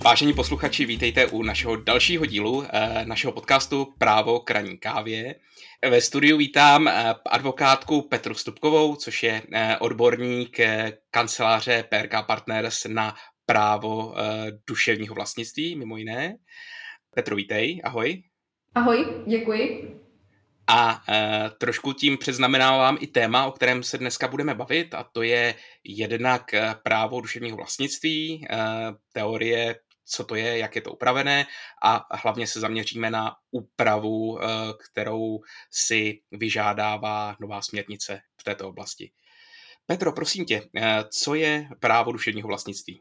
Vážení posluchači, vítejte u našeho dalšího dílu našeho podcastu Právo k ranní kávě. Ve studiu vítám advokátku Petru Stupkovou, což je odborník kanceláře PRK Partners na právo duševního vlastnictví, mimo jiné. Petro, vítej, ahoj. Ahoj, děkuji. A trošku tím předznamenávám i téma, o kterém se dneska budeme bavit, a to je jednak právo duševního vlastnictví, teorie, co to je, jak je to upravené, a hlavně se zaměříme na úpravu, kterou si vyžádává nová směrnice v této oblasti. Petro, prosím tě, co je právo duševního vlastnictví?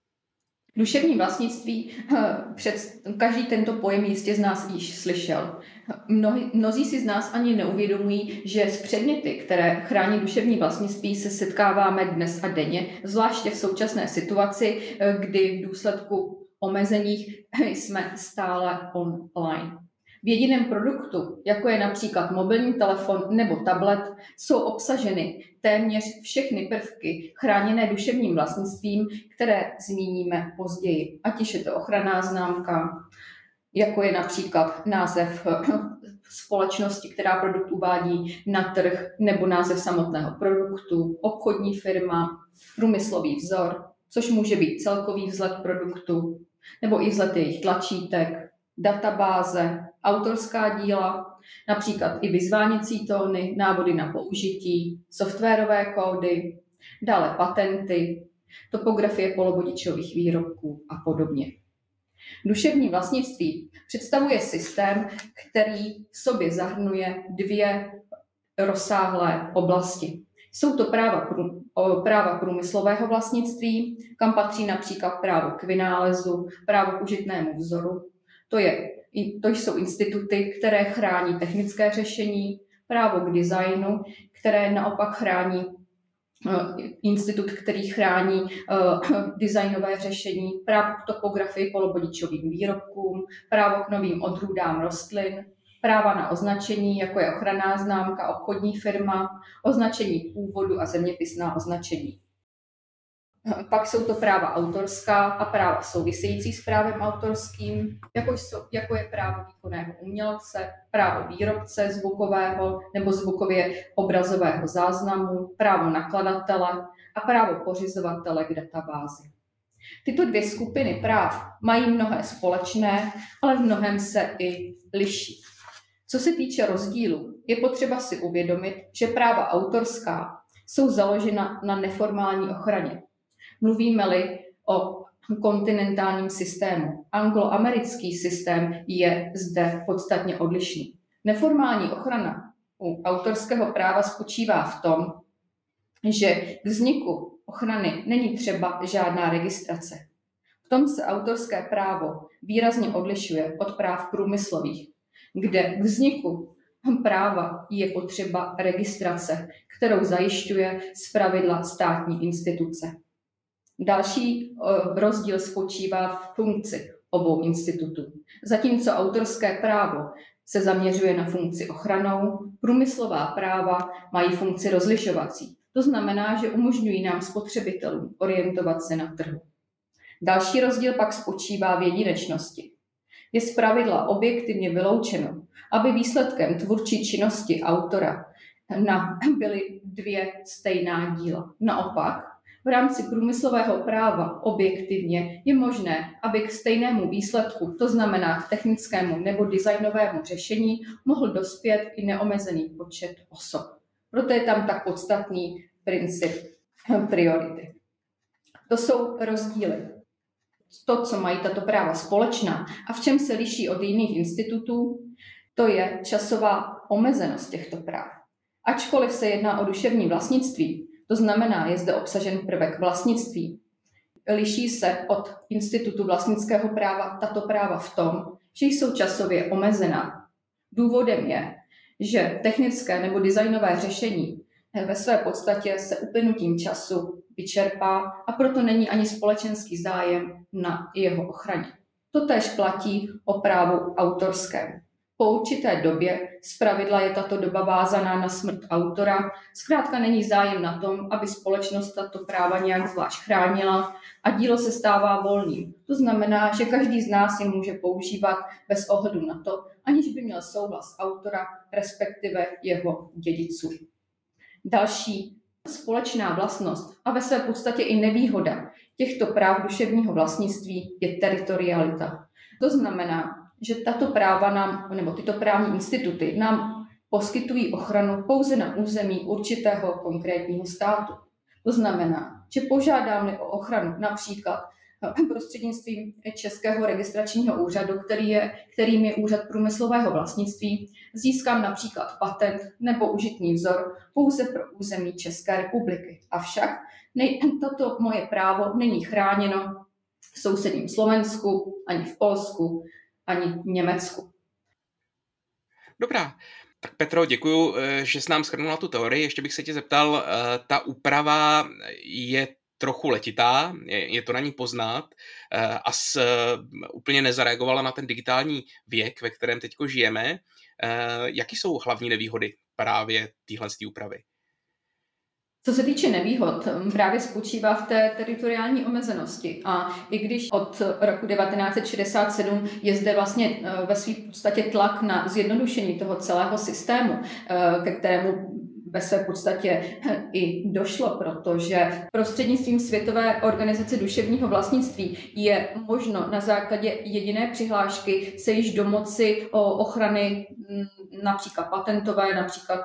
Duševní vlastnictví, každý tento pojem jistě z nás již slyšel. Mnozí si z nás ani neuvědomují, že s předměty, které chrání duševní vlastnictví, se setkáváme dnes a denně, zvláště v současné situaci, kdy v důsledku omezeních jsme stále online. V jediném produktu, jako je například mobilní telefon nebo tablet, jsou obsaženy téměř všechny prvky chráněné duševním vlastnictvím, které zmíníme později. Ať už je to ochranná známka, jako je například název společnosti, která produkt uvádí na trh, nebo název samotného produktu, obchodní firma, průmyslový vzor, což může být celkový vzhled produktu, nebo i vzhled jejich tlačítek, databáze, autorská díla, například i vyzváněcí tóny, návody na použití, softwarové kódy, dále patenty, topografie polovodičových výrobků a podobně. Duševní vlastnictví představuje systém, který v sobě zahrnuje dvě rozsáhlé oblasti. Jsou to práva průmyslového vlastnictví, kam patří například právo k vynálezu, právo k užitnému vzoru. To jsou instituty, které chrání technické řešení, právo k designu, které naopak chrání institut, který chrání designové řešení, právo k topografii polovodičovým výrobkům, právo k novým odrůdám rostlin, práva na označení, jako je ochranná známka, obchodní firma, označení původu a zeměpisná označení. Pak jsou to práva autorská a práva související s právem autorským, jako je právo výkonného umělce, právo výrobce zvukového nebo zvukově obrazového záznamu, právo nakladatele a právo pořizovatele k databázi. Tyto dvě skupiny práv mají mnohé společné, ale v mnohém se i liší. Co se týče rozdílu, je potřeba si uvědomit, že práva autorská jsou založena na neformální ochraně. Mluvíme-li o kontinentálním systému. Angloamerický systém je zde podstatně odlišný. Neformální ochrana u autorského práva spočívá v tom, že k vzniku ochrany není třeba žádná registrace. V tom se autorské právo výrazně odlišuje od práv průmyslových, kde k vzniku práva je potřeba registrace, kterou zajišťuje zpravidla státní instituce. Další rozdíl spočívá v funkci obou institutů. Zatímco autorské právo se zaměřuje na funkci ochranou, průmyslová práva mají funkci rozlišovací. To znamená, že umožňují nám spotřebitelům orientovat se na trhu. Další rozdíl pak spočívá v jedinečnosti. Je zpravidla objektivně vyloučeno, aby výsledkem tvůrčí činnosti autora byly dvě stejná díla. Naopak, v rámci průmyslového práva objektivně je možné, aby k stejnému výsledku, to znamená k technickému nebo designovému řešení, mohl dospět i neomezený počet osob. Proto je tam tak podstatný princip priority. To jsou rozdíly. To, co mají tato práva společná a v čem se liší od jiných institutů, to je časová omezenost těchto práv. Ačkoliv se jedná o duševní vlastnictví, to znamená, je zde obsažen prvek vlastnictví. Liší se od institutu vlastnického práva tato práva v tom, že jsou časově omezená. Důvodem je, že technické nebo designové řešení ve své podstatě se uplynutím času vyčerpá a proto není ani společenský zájem na jeho ochraně. Totéž platí o právu autorském. po určité době, zpravidla je tato doba vázaná na smrt autora, zkrátka není zájem na tom, aby společnost tato práva nějak zvlášť chránila a dílo se stává volným. To znamená, že každý z nás je může používat bez ohledu na to, aniž by měl souhlas autora, respektive jeho dědiců. Další společná vlastnost a ve své podstatě i nevýhoda těchto práv duševního vlastnictví je teritorialita. To znamená, že tato práva nebo tyto právní instituty nám poskytují ochranu pouze na území určitého konkrétního státu. To znamená, že požádám-li o ochranu například prostřednictvím Českého registračního úřadu, kterým je Úřad průmyslového vlastnictví, získám například patent nebo užitný vzor pouze pro území České republiky. Avšak toto moje právo není chráněno v sousedním Slovensku, ani v Polsku, ani v Německu. Dobrá. Tak Petro, děkuju, že jsi nám shrnula tu teorii. Ještě bych se tě zeptal, ta úprava je trochu letitá, je to na ní poznat a úplně nezareagovala na ten digitální věk, ve kterém teďko žijeme. Jaký jsou hlavní nevýhody právě téhle úpravy? Co se týče nevýhod, právě spočívá v té teritoriální omezenosti. A i když od roku 1967 je zde vlastně ve své podstatě tlak na zjednodušení toho celého systému, ke kterému ve své podstatě i došlo, protože prostřednictvím Světové organizace duševního vlastnictví je možno na základě jediné přihlášky se již domoci o ochrany například patentové, například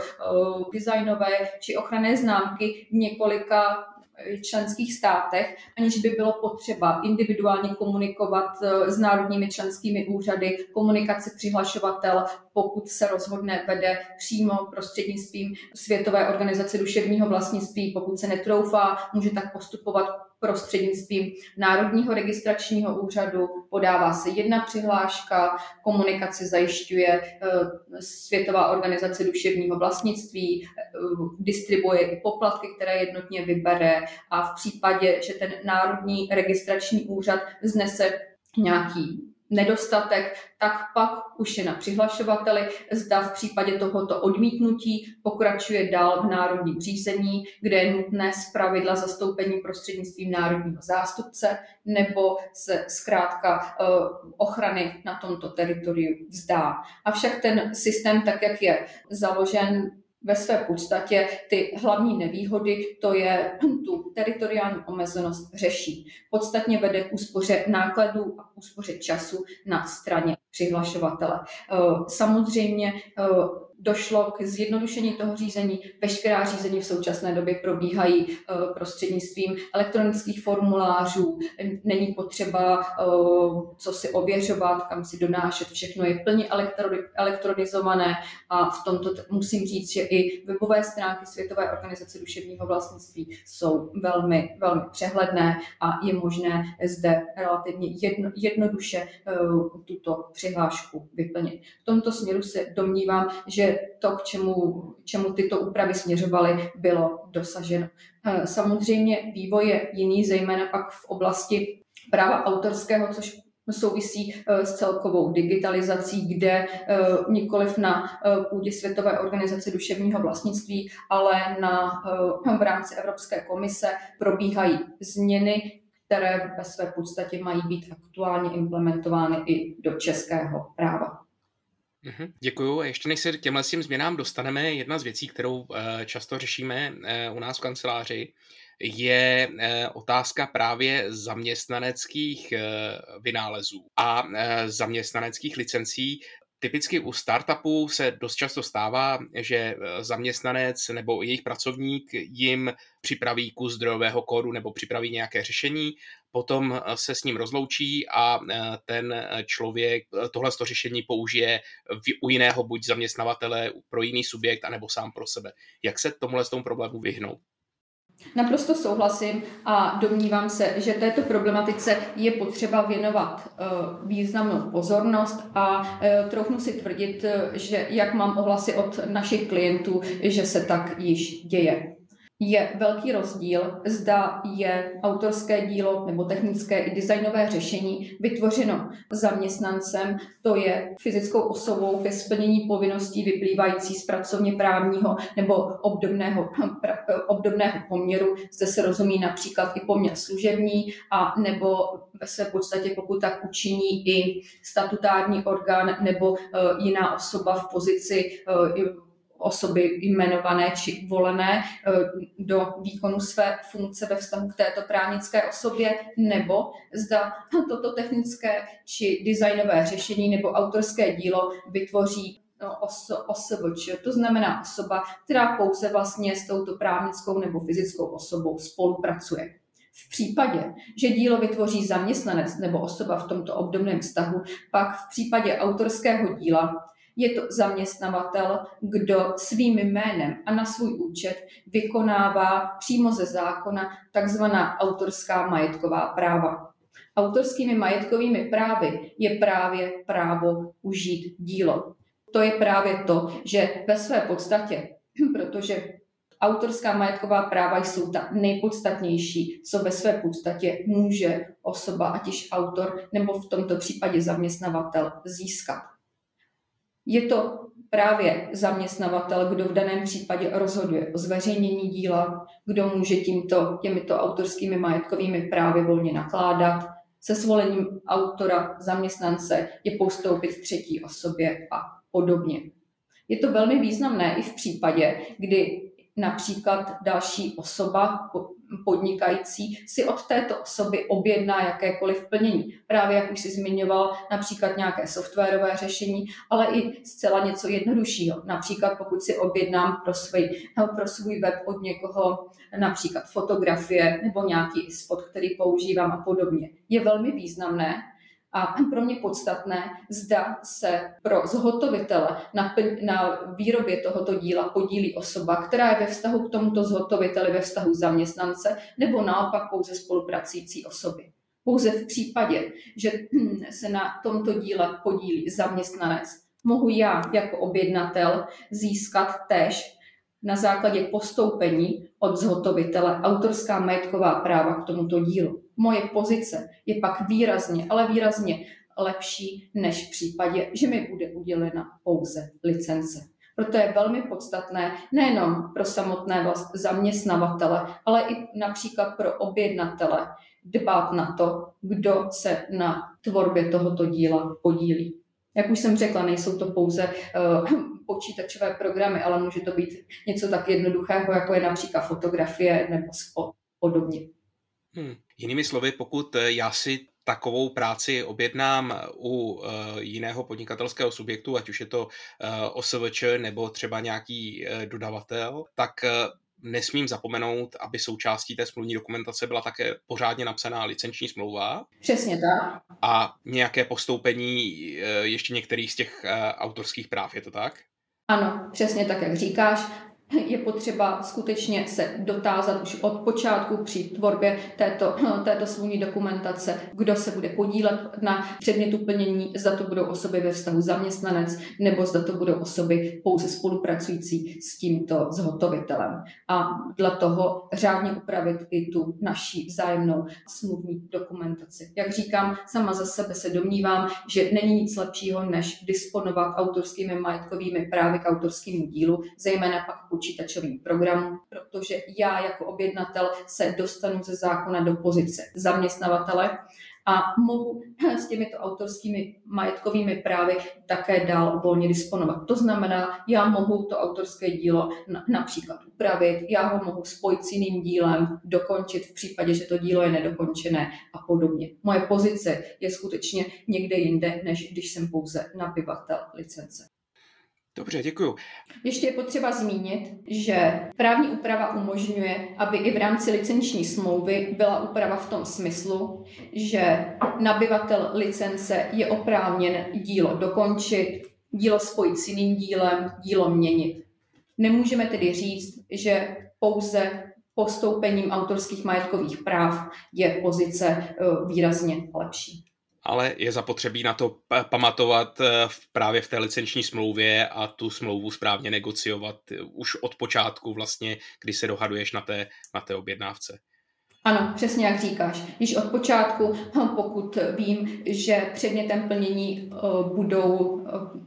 designové či ochranné známky v několika členských státech, aniž by bylo potřeba individuálně komunikovat s národními členskými úřady. Komunikace přihlašovatel, pokud se rozhodne, vede přímo prostřednictvím Světové organizace duševního vlastnictví. Pokud se netroufá, může tak postupovat prostřednictvím Národního registračního úřadu, podává se jedna přihláška, komunikaci zajišťuje Světová organizace duševního vlastnictví, distribuuje i poplatky, které jednotně vybere, a v případě, že ten Národní registrační úřad vznese nějaký nedostatek, tak pak už je na přihlašovateli, zda v případě tohoto odmítnutí pokračuje dál v národním řízení, kde je nutné zpravidla zastoupení prostřednictvím národního zástupce, nebo se zkrátka ochrany na tomto teritoriu vzdá. Avšak ten systém, tak jak je založen, ve své podstatě ty hlavní nevýhody, to je tu teritoriální omezenost, řeší. Podstatně vede k úspoře nákladů a úspoře času na straně přihlašovatele. Samozřejmě došlo k zjednodušení toho řízení. Veškerá řízení v současné době probíhají prostřednictvím elektronických formulářů. Není potřeba co si ověřovat, kam si donášet. Všechno je plně elektronizované a v tomto musím říct, že i webové stránky Světové organizace duševního vlastnictví jsou velmi, velmi přehledné a je možné zde relativně jednoduše tuto přihlášku vyplnit. V tomto směru se domnívám, že to, k čemu tyto úpravy směřovaly, bylo dosaženo. Samozřejmě vývoj je jiný, zejména pak v oblasti práva autorského, což souvisí s celkovou digitalizací, kde nikoliv na půdě Světové organizace duševního vlastnictví, ale v rámci Evropské komise probíhají změny, které ve své podstatě mají být aktuálně implementovány i do českého práva. Děkuju. A ještě než se k těmhle změnám dostaneme, jedna z věcí, kterou často řešíme u nás v kanceláři, je otázka právě zaměstnaneckých vynálezů a zaměstnaneckých licencí. Typicky u startupů se dost často stává, že zaměstnanec nebo jejich pracovník jim připraví kus zdrojového kódu nebo připraví nějaké řešení, potom se s ním rozloučí a ten člověk tohleto řešení použije u jiného buď zaměstnavatele pro jiný subjekt, anebo sám pro sebe. Jak se tomuhle problému vyhnout? Naprosto souhlasím a domnívám se, že této problematice je potřeba věnovat významnou pozornost a troufnu si tvrdit, že jak mám ohlasy od našich klientů, že se tak již děje. Je velký rozdíl, zda je autorské dílo nebo technické i designové řešení vytvořeno zaměstnancem, to je fyzickou osobou ke splnění povinností vyplývající z pracovně právního nebo obdobného poměru. Zde se rozumí například i poměr služební a nebo ve své podstatě, pokud tak učiní i statutární orgán nebo jiná osoba v pozici osoby jmenované či volené do výkonu své funkce ve vztahu k této právnické osobě, nebo zda toto technické či designové řešení nebo autorské dílo vytvoří OSVČ, to znamená osoba, která pouze vlastně s touto právnickou nebo fyzickou osobou spolupracuje. V případě, že dílo vytvoří zaměstnanec nebo osoba v tomto obdobném vztahu, pak v případě autorského díla je to zaměstnavatel, kdo svým jménem a na svůj účet vykonává přímo ze zákona takzvaná autorská majetková práva. Autorskými majetkovými právy je právě právo užít dílo. To je právě to, že ve své podstatě, protože autorská majetková práva jsou ta nejpodstatnější, co ve své podstatě může osoba, ať již autor nebo v tomto případě zaměstnavatel, získat. Je to právě zaměstnavatel, kdo v daném případě rozhoduje o zveřejnění díla, kdo může těmito autorskými majetkovými právy volně nakládat. Se svolením autora, zaměstnance je postoupit třetí osobě a podobně. Je to velmi významné i v případě, kdy například další osoba podnikající si od této osoby objedná jakékoliv plnění. Právě jak už si zmiňoval, například nějaké softwarové řešení, ale i zcela něco jednoduššího. Například pokud si objednám pro svůj web od někoho například fotografie nebo nějaký spot, který používám a podobně. Je velmi významné a pro mě podstatné, zda se pro zhotovitele na výrobě tohoto díla podílí osoba, která je ve vztahu k tomuto zhotoviteli, ve vztahu zaměstnance, nebo naopak pouze spolupracující osoby. Pouze v případě, že se na tomto díle podílí zaměstnanec, mohu já jako objednatel získat též na základě postoupení od zhotovitele autorská majetková práva k tomuto dílu. Moje pozice je pak výrazně, ale výrazně lepší než v případě, že mi bude udělena pouze licence. Proto je velmi podstatné nejenom pro samotné zaměstnavatele, ale i například pro objednatele dbát na to, kdo se na tvorbě tohoto díla podílí. Jak už jsem řekla, nejsou to pouze počítačové programy, ale může to být něco tak jednoduchého, jako je například fotografie nebo spot podobně. Jinými slovy, pokud já si takovou práci objednám u jiného podnikatelského subjektu, ať už je to OSVČ nebo třeba nějaký dodavatel, tak nesmím zapomenout, aby součástí té smluvní dokumentace byla také pořádně napsaná licenční smlouva. Přesně tak. A nějaké postoupení ještě některých z těch autorských práv, je to tak? Ano, přesně tak, jak říkáš. Je potřeba skutečně se dotázat už od počátku při tvorbě této smluvní dokumentace, kdo se bude podílet na předmětu plnění, zda to budou osoby ve vztahu zaměstnanec, nebo zda to budou osoby pouze spolupracující s tímto zhotovitelem. A dle toho řádně upravit i tu naši vzájemnou smluvní dokumentaci. Jak říkám, sama za sebe se domnívám, že není nic lepšího, než disponovat autorskými majetkovými právy k autorskému dílu, zejména pak počítačovým programu, protože já jako objednatel se dostanu ze zákona do pozice zaměstnavatele a mohu s těmito autorskými majetkovými právy také dál volně disponovat. To znamená, já mohu to autorské dílo například upravit, já ho mohu spojit s jiným dílem, dokončit v případě, že to dílo je nedokončené a podobně. Moje pozice je skutečně někde jinde, než když jsem pouze nabyvatel licence. Dobře, děkuju. Ještě je potřeba zmínit, že právní úprava umožňuje, aby i v rámci licenční smlouvy byla úprava v tom smyslu, že nabyvatel licence je oprávněn dílo dokončit, dílo spojit s jiným dílem, dílo měnit. Nemůžeme tedy říct, že pouze postoupením autorských majetkových práv je pozice výrazně lepší. Ale je zapotřebí na to pamatovat právě v té licenční smlouvě a tu smlouvu správně negociovat už od počátku vlastně, kdy se dohaduješ na té objednávce. Ano, přesně jak říkáš. Již od počátku, pokud vím, že předmětem plnění budou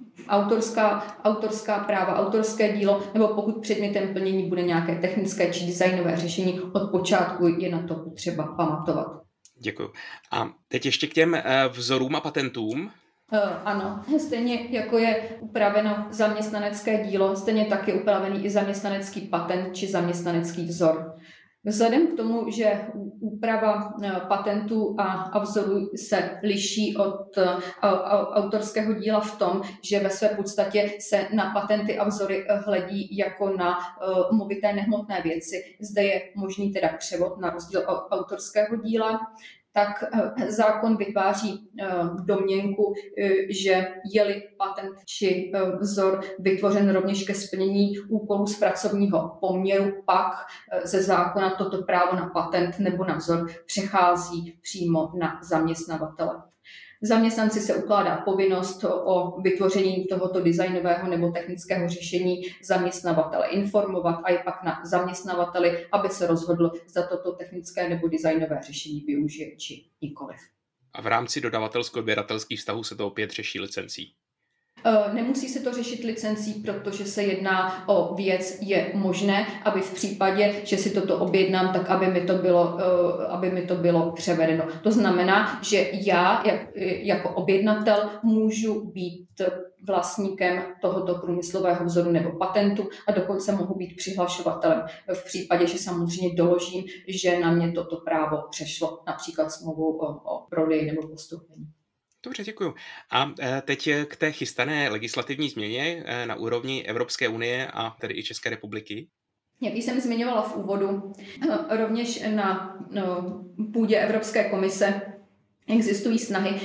autorská práva, autorské dílo, nebo pokud předmětem plnění bude nějaké technické či designové řešení, od počátku je na to potřeba pamatovat. Děkuji. A teď ještě k těm vzorům a patentům. Ano, stejně jako je upraveno zaměstnanecké dílo, stejně tak je upravený i zaměstnanecký patent či zaměstnanecký vzor. Vzhledem k tomu, že úprava patentů a vzorů se liší od autorského díla v tom, že ve své podstatě se na patenty a vzory hledí jako na movité nehmotné věci. Zde je možný teda převod na rozdíl od autorského díla, tak zákon vytváří domněnku, že je-li patent či vzor vytvořen rovněž ke splnění úkolů z pracovního poměru, pak ze zákona toto právo na patent nebo na vzor přechází přímo na zaměstnavatele. Zaměstnanci se ukládá povinnost o vytvoření tohoto designového nebo technického řešení zaměstnavatele informovat a je pak na zaměstnavateli, aby se rozhodl, zda toto technické nebo designové řešení využije či nikoliv. A v rámci dodavatelsko-odběratelských vztahů se to opět řeší licencí? Nemusí se to řešit licencí, protože se jedná o věc, je možné, aby v případě, že si toto objednám, tak aby mi to bylo převedeno. To znamená, že já jako objednatel můžu být vlastníkem tohoto průmyslového vzoru nebo patentu a dokonce mohu být přihlašovatelem v případě, že samozřejmě doložím, že na mě toto právo přešlo, například smlouvou o prodeji nebo postoupení. Dobře, děkuju. A teď k té chystané legislativní změně na úrovni Evropské unie a tedy i České republiky. Jak jsem zmiňovala v úvodu, rovněž na půdě Evropské komise existují snahy,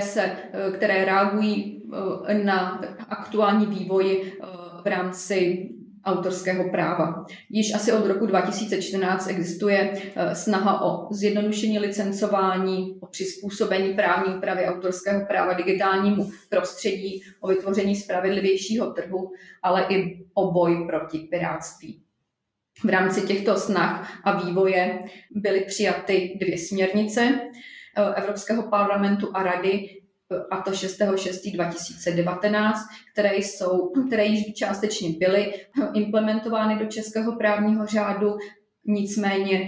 které reagují na aktuální vývoj v rámci autorského práva. Již asi od roku 2014 existuje snaha o zjednodušení licencování, o přizpůsobení právní úpravy autorského práva digitálnímu prostředí, o vytvoření spravedlivějšího trhu, ale i o boj proti pirátství. V rámci těchto snah a vývoje byly přijaty 2 směrnice Evropského parlamentu a Rady, a to 6.6.2019, které již částečně byly implementovány do českého právního řádu, nicméně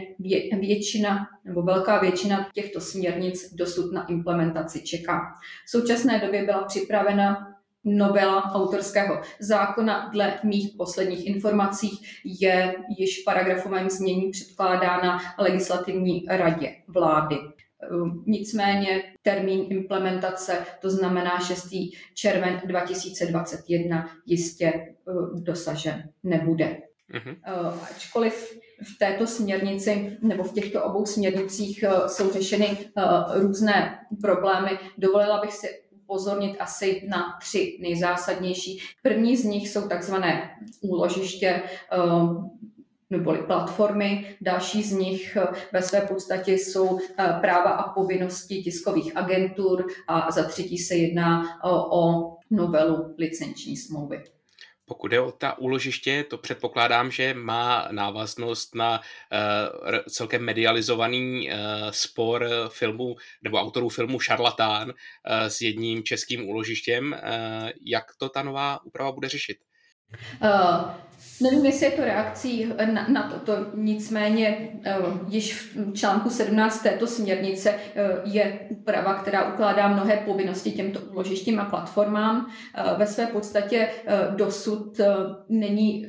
velká většina těchto směrnic dosud na implementaci čeká. V současné době byla připravena novela autorského zákona. Dle mých posledních informací je již v paragrafovém znění předkládána legislativní radě vlády. Nicméně termín implementace, to znamená 6. červen 2021, jistě dosažen nebude. Ačkoliv v této směrnici nebo v těchto obou směrnicích jsou řešeny různé problémy, dovolila bych si upozornit asi na 3 nejzásadnější. První z nich jsou takzvané úložiště neboli platformy, další z nich ve své podstatě jsou práva a povinnosti tiskových agentur a za třetí se jedná o novelu licenční smlouvy. Pokud je o ta úložiště, to předpokládám, že má návaznost na celkem medializovaný spor filmu nebo autorů filmu Šarlatán s jedním českým úložištěm. Jak to ta nová úprava bude řešit? Nevím, jestli je to reakcí na toto, nicméně již v článku 17 této směrnice je úprava, která ukládá mnohé povinnosti těmto úložištím a platformám. Ve své podstatě dosud není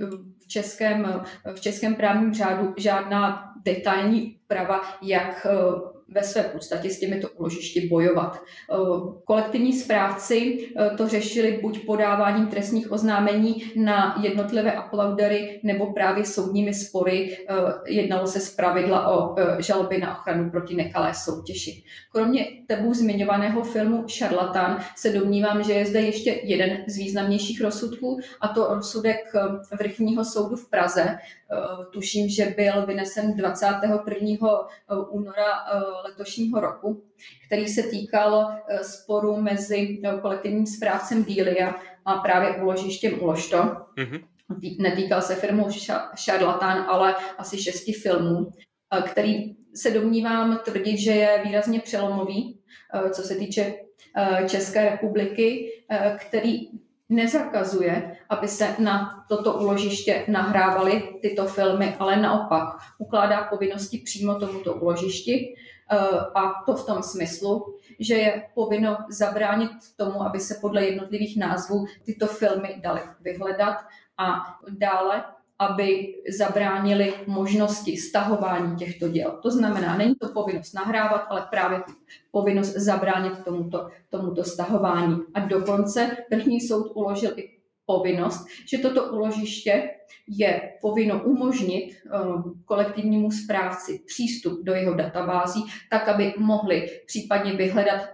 v českém právním řádu žádná detailní úprava, jak ve své podstatě s těmito úložišti bojovat. Kolektivní správci to řešili buď podáváním trestních oznámení na jednotlivé uploadery nebo právě soudními spory. Jednalo se zpravidla o žaloby na ochranu proti nekalé soutěži. Kromě tebou zmiňovaného filmu Šarlatán se domnívám, že je zde ještě jeden z významnějších rozsudků, a to rozsudek Vrchního soudu v Praze. Tuším, že byl vynesen 21. února letošního roku, který se týkal sporu mezi kolektivním správcem Delia a právě úložištěm Uložto. Mm-hmm. Netýkal se firmou Šarlatán, ale asi 6 filmů, který se domnívám tvrdit, že je výrazně přelomový, co se týče České republiky, který nezakazuje, aby se na toto úložiště nahrávaly tyto filmy, ale naopak ukládá povinnosti přímo tomuto úložišti, a to v tom smyslu, že je povinno zabránit tomu, aby se podle jednotlivých názvů tyto filmy daly vyhledat, a dále, aby zabránili možnosti stahování těchto děl. To znamená, není to povinnost nahrávat, ale právě povinnost zabránit tomuto stahování. A dokonce vrchní soud uložil i povinnost, že toto úložiště je povinno umožnit kolektivnímu správci přístup do jeho databází, tak, aby mohli případně vyhledat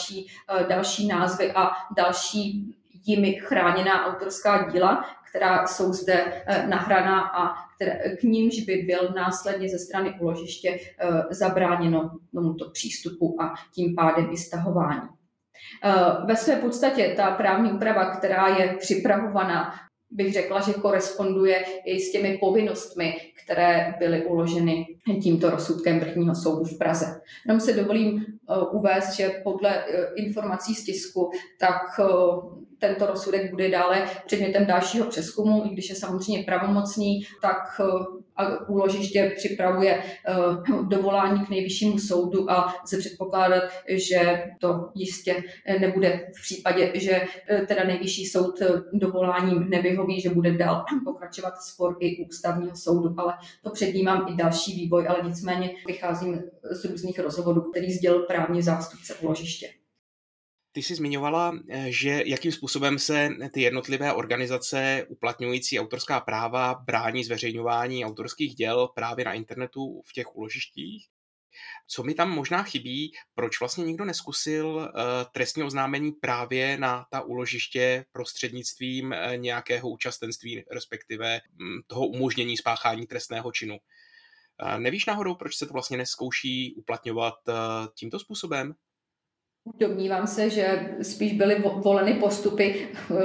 další názvy a další jimi chráněná autorská díla, která jsou zde nahraná a k nímž by byl následně ze strany úložiště zabráněno tomuto přístupu a tím pádem i stahování. Ve své podstatě ta právní úprava, která je připravovaná, bych řekla, že koresponduje i s těmi povinnostmi, které byly uloženy tímto rozsudkem vrchního soudu v Praze. Jenom se dovolím uvést, že podle informací z tisku, tak tento rozsudek bude dále předmětem dalšího přezkumu, i když je samozřejmě pravomocný, tak úložiště připravuje dovolání k nejvyššímu soudu a se předpokládat, že to jistě nebude v případě, že teda nejvyšší soud dovoláním nevyhoví, že bude dál pokračovat spor i u ústavního soudu, ale to předjímám i další vývoj, ale nicméně vycházím z různých rozhovorů, který sdělil právní zástupce úložiště. Ty jsi zmiňovala, že jakým způsobem se ty jednotlivé organizace uplatňující autorská práva brání zveřejňování autorských děl právě na internetu v těch úložištích. Co mi tam možná chybí, proč vlastně nikdo neskusil trestní oznámení právě na ta úložiště prostřednictvím nějakého účastenství, respektive toho umožnění spáchání trestného činu. Nevíš náhodou, proč se to vlastně neskouší uplatňovat tímto způsobem? Domnívám se, že spíš byly voleny postupy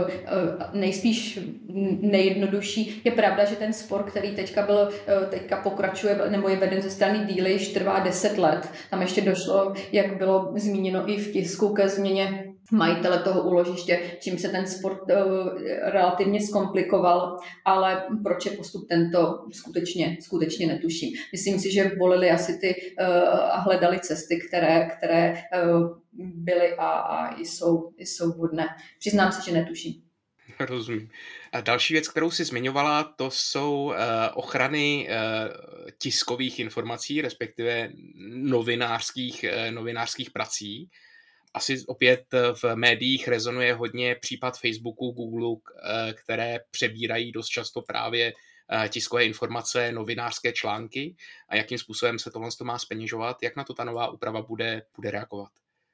nejspíš nejjednodušší. Je pravda, že ten spor, který teďka pokračuje nebo je veden ze strany Dealy, již trvá 10 let. Tam ještě došlo, jak bylo zmíněno i v tisku, ke změně majitele toho úložiště, čím se ten sport relativně zkomplikoval, ale proč je postup tento, skutečně netuším. Myslím si, že volili asi a hledali cesty, které byly a jsou vhodné. Přiznám se, že netuším. Rozumím. A další věc, kterou jsi zmiňovala, to jsou ochrany tiskových informací, respektive novinářských prací. Asi opět v médiích rezonuje hodně případ Facebooku, Google, které přebírají dost často právě tiskové informace, novinářské články a jakým způsobem se tohle má zpeněžovat, jak na to ta nová úprava bude reagovat.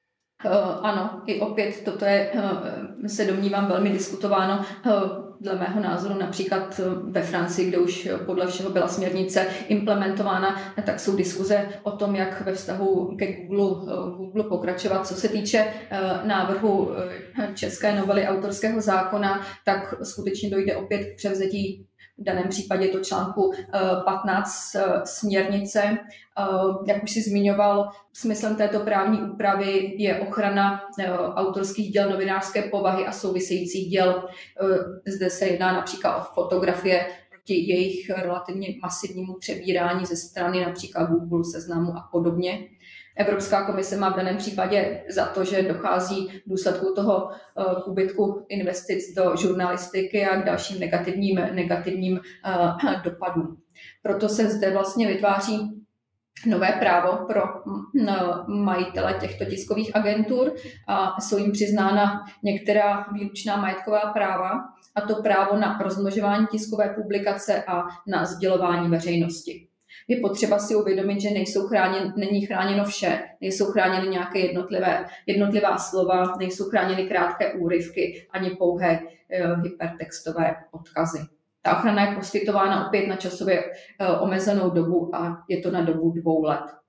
Ano, i opět toto je, se domnívám, velmi diskutováno. Dle mého názoru například ve Francii, kde už podle všeho byla směrnice implementována, tak jsou diskuze o tom, jak ve vztahu ke Google pokračovat. Co se týče návrhu české novely autorského zákona, tak skutečně dojde opět k převzetí v daném případě to článku 15 směrnice. Jak už si zmiňoval, smyslem této právní úpravy je ochrana autorských děl novinářské povahy a souvisejících děl. Zde se jedná například o fotografie proti jejich relativně masivnímu přebírání ze strany například Google, Seznamu a podobně. Evropská komise má v daném případě za to, že dochází v důsledku toho úbytku investic do žurnalistiky a k dalším negativním dopadům. Proto se zde vlastně vytváří nové právo pro majitele těchto tiskových agentur a jsou jim přiznána některá výlučná majetková práva, a to právo na rozmnožování tiskové publikace a na sdělování veřejnosti. Je potřeba si uvědomit, že není chráněno vše, nejsou chráněny nějaké jednotlivá slova, nejsou chráněny krátké úryvky ani pouhé hypertextové odkazy. Ta ochrana je poskytována opět na časově omezenou dobu a je to na dobu 2 let.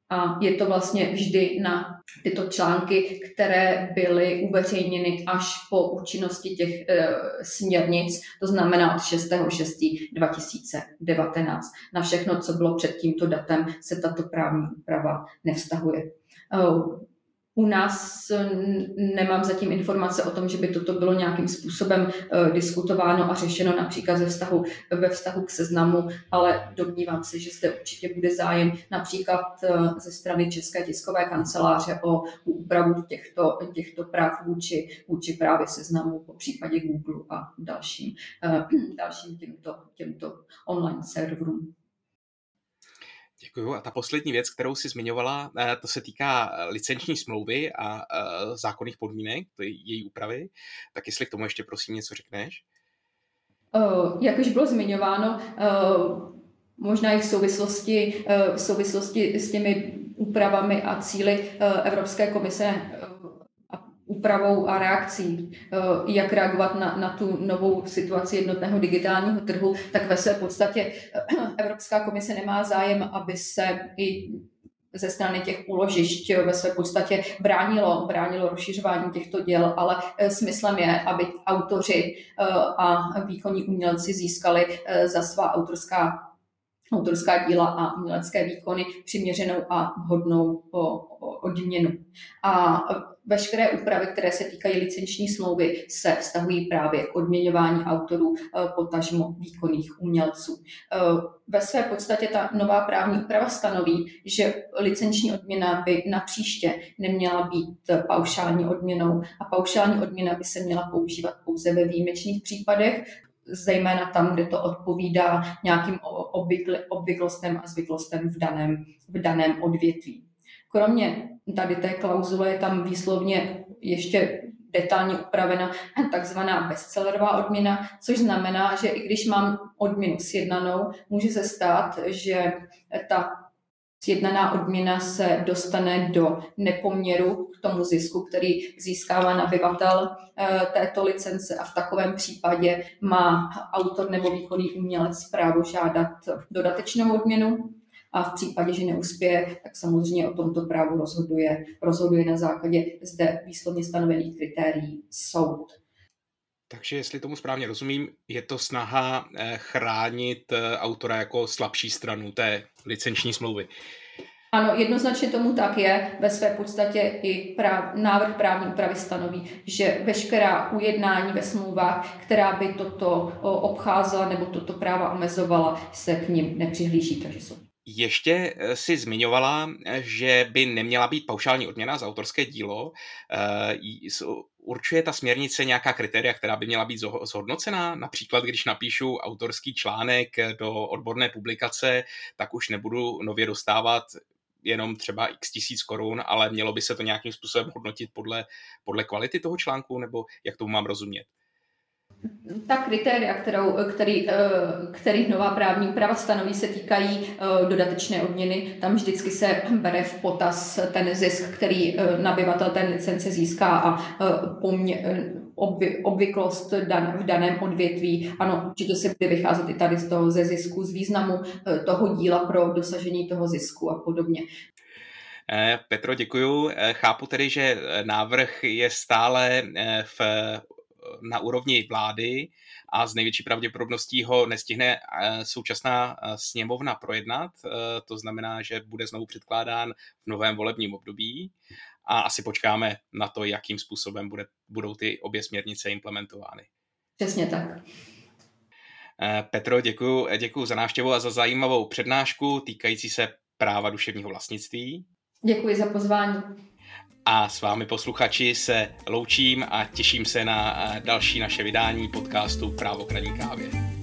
A je to vlastně vždy na tyto články, které byly uveřejněny až po účinnosti těch směrnic, to znamená od 6.6.2019. Na všechno, co bylo před tímto datem, se tato právní úprava nevztahuje. U nás nemám zatím informace o tom, že by toto bylo nějakým způsobem diskutováno a řešeno například ve vztahu k seznamu, ale domnívám se, že zde určitě bude zájem například ze strany České tiskové kanceláře o úpravu těchto práv vůči právě seznamu, po případě Google a dalším těmto online serverům. Děkuju. A ta poslední věc, kterou jsi zmiňovala, to se týká licenční smlouvy a zákonných podmínek, to je její úpravy. Tak jestli k tomu ještě prosím něco řekneš? Jak už bylo zmiňováno, možná i v souvislosti s těmi úpravami a cíli Evropské komise, úpravou a reakcí, jak reagovat na tu novou situaci jednotného digitálního trhu, tak ve své podstatě Evropská komise nemá zájem, aby se i ze strany těch úložišť ve své podstatě bránilo rozšiřování těchto děl, ale smyslem je, aby autoři a výkonní umělci získali za svá autorská díla a umělecké výkony přiměřenou a vhodnou odměnu. A veškeré úpravy, které se týkají licenční smlouvy, se vztahují právě k odměňování autorů, potažmo výkonných umělců. Ve své podstatě ta nová právní úprava stanoví, že licenční odměna by napříště neměla být paušální odměnou a paušální odměna by se měla používat pouze ve výjimečných případech, zejména tam, kde to odpovídá nějakým obvyklostem a zvyklostem v daném odvětví. Kromě tady té klauzule je tam výslovně ještě detailně upravena takzvaná bestsellerová odměna, což znamená, že i když mám odměnu sjednanou, může se stát, že ta sjednaná odměna se dostane do nepoměru k tomu zisku, který získává nabyvatel této licence, a v takovém případě má autor nebo výkonný umělec právo žádat dodatečnou odměnu. A v případě, že neuspěje, tak samozřejmě o tomto právu rozhoduje na základě zde výslovně stanovených kritérií soud. Takže jestli tomu správně rozumím, je to snaha chránit autora jako slabší stranu té licenční smlouvy. Ano, jednoznačně tomu tak je. Ve své podstatě i návrh právní úpravy stanoví, že veškerá ujednání ve smlouvách, která by toto obcházela nebo toto práva omezovala, se k nim nepřihlíží, takže jsou. Ještě si zmiňovala, že by neměla být paušální odměna za autorské dílo. Určuje ta směrnice nějaká kritéria, která by měla být zhodnocená? Například, když napíšu autorský článek do odborné publikace, tak už nebudu nově dostávat jenom třeba x tisíc korun, ale mělo by se to nějakým způsobem hodnotit podle kvality toho článku, nebo jak tomu mám rozumět? Ta kritéria, který nová právní úprava stanoví, se týkají dodatečné odměny. Tam vždycky se bere v potaz ten zisk, který nabyvatel té licence získá, a obvyklost v daném odvětví. Ano, určitě se bude vycházet i tady ze zisku, z významu toho díla pro dosažení toho zisku a podobně. Petro, děkuju. Chápu tedy, že návrh je stále na úrovni vlády a z největší pravděpodobností ho nestihne současná sněmovna projednat. To znamená, že bude znovu předkládán v novém volebním období a asi počkáme na to, jakým způsobem budou ty obě směrnice implementovány. Přesně tak. Petro, děkuju za návštěvu a za zajímavou přednášku týkající se práva duševního vlastnictví. Děkuji za pozvání. A s vámi posluchači se loučím a těším se na další naše vydání podcastu Právo k ranní kávě.